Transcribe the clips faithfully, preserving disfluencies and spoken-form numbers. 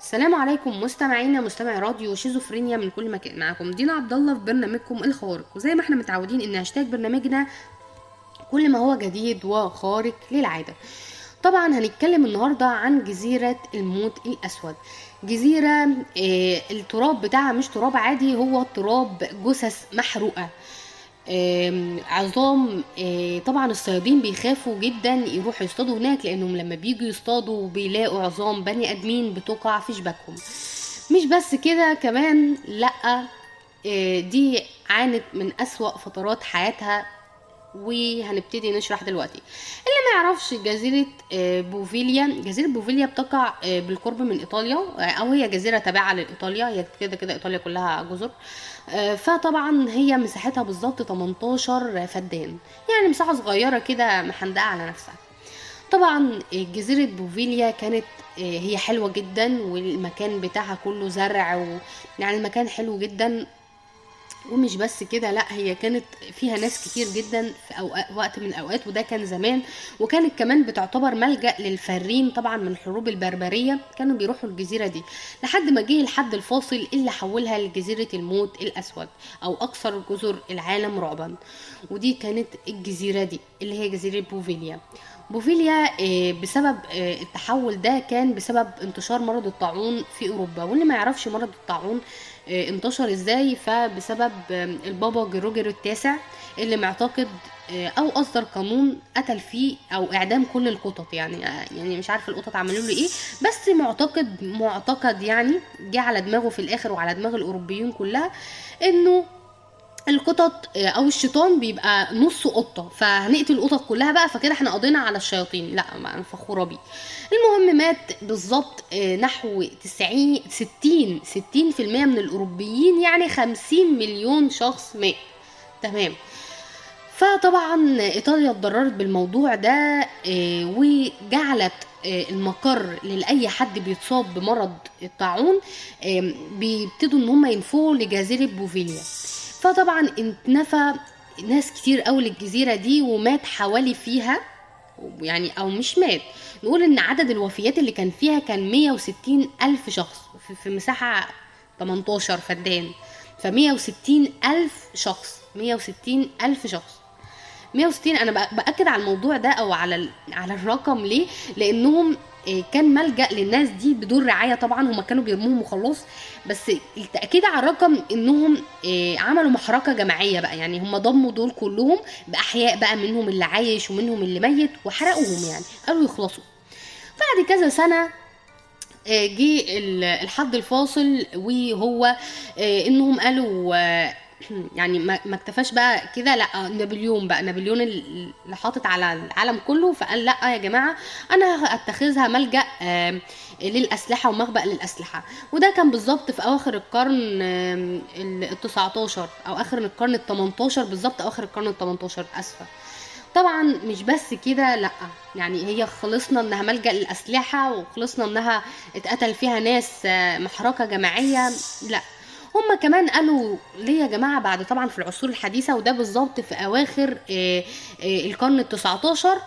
السلام عليكم مستمعينا مستمعي راديو شيزوفرينيا من كل مكان. معكم دينا عبد الله في برنامجكم الخارق، وزي ما احنا متعودين ان هاشتاج برنامجنا كل ما هو جديد وخارق للعاده. طبعا هنتكلم النهارده عن جزيره الموت الاسود. جزيره اه التراب بتاعها مش تراب عادي، هو تراب جثث محروقه، آم، عظام. آه، طبعا الصيادين بيخافوا جدا يروحوا يصطادوا هناك، لانهم لما بييجوا يصطادوا بيلاقوا عظام بني ادمين بتقع في شباكهم. مش بس كده كمان، لا، آه، دي عانت من اسوأ فترات حياتها، وهنبتدي نشرح دلوقتي. اللي ما يعرفش جزيرة آه، بوفيليا، جزيرة بوفيليا بتقع آه، بالقرب من ايطاليا، آه، او هي جزيرة تابعة لايطاليا، هي كده كده ايطاليا كلها جزر. آه، فطبعا هي مساحتها بالظبط تمنتاشر فدان، يعني مساحة صغيرة كده محندقة على نفسها. طبعا جزيرة بوفيليا كانت آه، هي حلوة جدا، والمكان بتاعها كله زرع و... يعني المكان حلو جدا. ومش بس كده، لا، هي كانت فيها ناس كتير جدا في أوقات وقت من الاوقات، وده كان زمان. وكانت كمان بتعتبر ملجأ للفارين طبعا من الحروب البربرية، كانوا بيروحوا الجزيرة دي لحد ما جه الحد الفاصل اللي حولها لجزيرة الموت الاسود، او اكثر جزر العالم رعبا. ودي كانت الجزيرة دي اللي هي جزيرة بوفيليا. بوفيليا آه، بسبب آه، التحول ده كان بسبب انتشار مرض الطاعون في اوروبا. واللي ما يعرفش مرض الطاعون آه، انتشر ازاي، فبسبب آه، البابا جروجر التاسع، اللي معتقد آه، او اصدر قانون قتل فيه او اعدام كل القطط. يعني آه، يعني مش عارفه القطط عملوا له ايه، بس معتقد معتقد يعني جه على دماغه في الاخر وعلى دماغ الاوروبيين كلها انه القطط آه، او الشيطان بيبقى نص قطه، فهنقتل القطط كلها بقى، فكده احنا قضينا على الشياطين. لا، ما انا فخوره بيه. المهم مات بالظبط آه، نحو تسعين ستين ستين في المية من الاوروبيين، يعني خمسين مليون شخص مات. تمام. فطبعا ايطاليا اتضررت بالموضوع ده، آه، وجعلت آه، المقر لاي حد بيتصاب بمرض الطاعون، آم، بيبتدوا ان هم ينفوا لجزيره بوفيليا. فطبعا اتنفى ناس كتير قوي للجزيره دي، ومات حوالي فيها، يعني او مش مات، نقول ان عدد الوفيات اللي كان فيها كان مية وستين الف شخص في, في مساحه تمنتاشر فدان. ف مية وستين الف شخص، مية وستين الف شخص، مية وستين. انا بأ- باكد على الموضوع ده او على ال- على الرقم ليه؟ لانهم آه، كان ملجأ للناس دي بدون رعاية. طبعا هما كانوا بيرموهم وخلاص، بس التأكيد على الرقم انهم آه، عملوا محرقة جماعية بقى، يعني هما ضموا دول كلهم بأحياء بقى، منهم اللي عايش ومنهم اللي ميت، وحرقوهم، يعني قالوا يخلصوا. بعد كذا سنة آه، جه ال- الحد الفاصل، وهو آه، انهم قالوا آه، يعني ما ما اكتفاش بقى كده، لا، نابليون بقى، نابليون ال- اللي حاطط على العالم كله، فقال لا يا جماعه، انا هاتخذها ملجأ آه، للاسلحه ومخبأ للاسلحه. وده كان بالظبط في اواخر القرن آه، ال تسعتاشر، او اخر القرن ال تمنتاشر بالظبط، اواخر القرن ال تمنتاشر، اسفه. طبعا مش بس كده، لا، يعني هي خلصنا انها ملجأ للأسلحة، وخلصنا انها اتقتل فيها ناس آه، محرقة جماعية. لا، هما كمان قالوا ليه يا جماعة، بعد طبعا في العصور الحديثة، وده بالظبط في أواخر آه، آه، القرن التسعتاشر،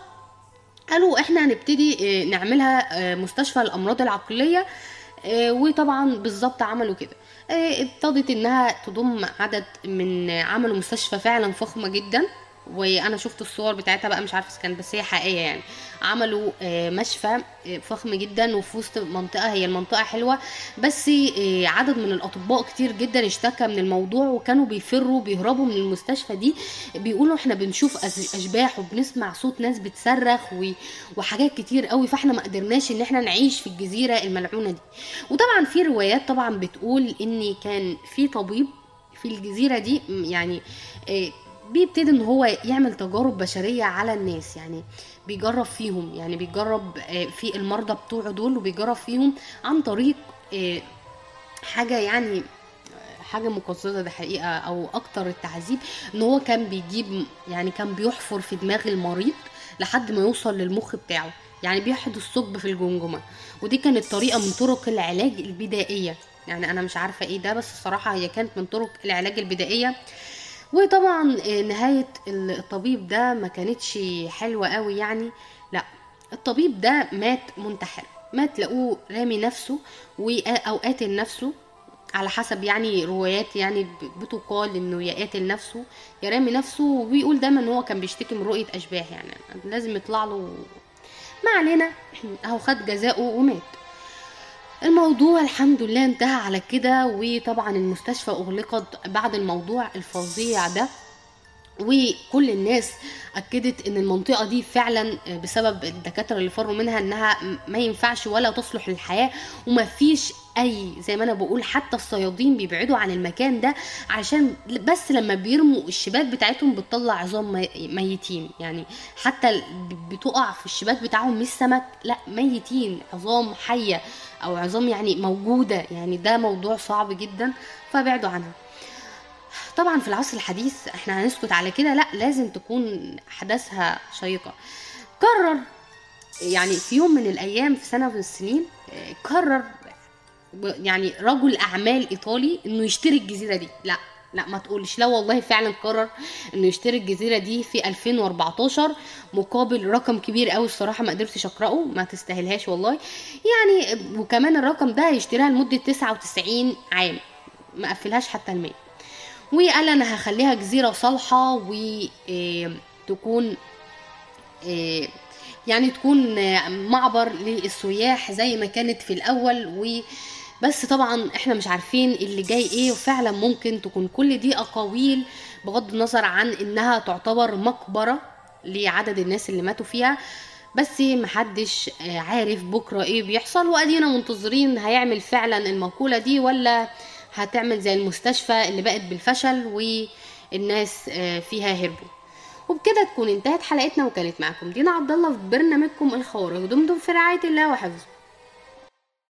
قالوا احنا هنبتدي آه، نعملها آه، مستشفى الأمراض العقلية. آه، وطبعا بالظبط عملوا كده. آه، ابتدت انها تضم عدد من عملوا مستشفى فعلا فخمه جدا، وانا شفت الصور بتاعتها بقى، مش عارفه اذا كانت بس هي حقيقيه يعني. عملوا آه، مشفى آه، فخم جدا، وفي وسط منطقه، هي المنطقه حلوه، بس آه، عدد من الاطباء كتير جدا اشتكى من الموضوع، وكانوا بيفروا بيهربوا من المستشفى دي. بيقولوا احنا بنشوف أز- اشباح، وبنسمع صوت ناس بتصرخ و- وحاجات كتير قوي، فاحنا ما قدرناش ان احنا نعيش في الجزيره الملعونه دي. وطبعا في روايات طبعا بتقول ان كان في طبيب في الجزيره دي، م- يعني آه، بيبتدي ان هو يعمل تجارب بشريه على الناس، يعني بيجرب فيهم، يعني بيجرب آه، في المرضى بتوعه دول، وبيجرب فيهم عن طريق آه، حاجه يعني حاجة مقززة، ده حقيقة، او اكتر التعذيب، ان هو كان بيجيب، يعني كان بيحفر في دماغ المريض لحد ما يوصل للمخ بتاعه، يعني بيحدث ثقب في الجمجمة. ودي كانت طريقة من طرق العلاج البدائية، يعني انا مش عارفة ايه ده، بس الصراحة هي كانت من طرق العلاج البدائية. وطبعا آه، نهاية الطبيب ده ما كانتش حلوة قوي يعني. لا، الطبيب ده مات منتحر. مات لقوه رامي نفسه او قاتل نفسه، على حسب يعني روايات يعني بتقال انه يا قاتل نفسه يا رامي نفسه. وبيقول دايما ان هو كان بيشتكي من رؤية اشباح، يعني لازم يطلع له. ما علينا، اهو خد جزاؤه ومات. الموضوع الحمد لله انتهى على كده، وطبعا المستشفى اغلقت بعد الموضوع الفظيع ده، وكل الناس اكدت ان المنطقه دي فعلا بسبب الدكاتره اللي فروا منها انها ما ينفعش ولا تصلح للحياه، وما فيش اي، زي ما انا بقول، حتى الصيادين بيبعدوا عن المكان ده عشان بس لما بيرموا الشباك بتاعتهم بتطلع عظام ميتين، يعني حتى بتقع في الشباك بتاعهم مش سمك، لا ميتين، عظام حيه او عظام يعني موجوده، يعني ده موضوع صعب جدا، فبعدوا عنها. طبعا في العصر الحديث احنا هنسكت على كده؟ لا، لازم تكون احداثها شيقة. قرر يعني في يوم من الايام، في سنة من السنين، قرر يعني رجل اعمال ايطالي انه يشتري الجزيرة دي. لا لا ما تقولش، لا والله فعلا قرر انه يشتري الجزيرة دي في ألفين وأربعتاشر مقابل رقم كبير قوي، الصراحة ما قدرتش اقراه، ما تستاهلهاش والله يعني. وكمان الرقم ده هيشتريها لمدة تسعة وتسعين عام، ما قفلهاش حتى المية. وقال انا هخليها جزيرة صالحة وتكون يعني تكون معبر للسياح زي ما كانت في الاول. وبس طبعا احنا مش عارفين اللي جاي ايه، وفعلا ممكن تكون كل دي اقاويل بغض النظر عن انها تعتبر مقبرة لعدد الناس اللي ماتوا فيها، بس محدش عارف بكرة ايه بيحصل. وادينا منتظرين هيعمل فعلا المقولة دي ولا هتعمل زي المستشفى اللي بقت بالفشل والناس فيها هربوا. وبكده تكون انتهت حلقتنا، وكانت معكم دينا عبد الله في برنامجكم الخوارق. دمتم في رعاية الله وحفظه.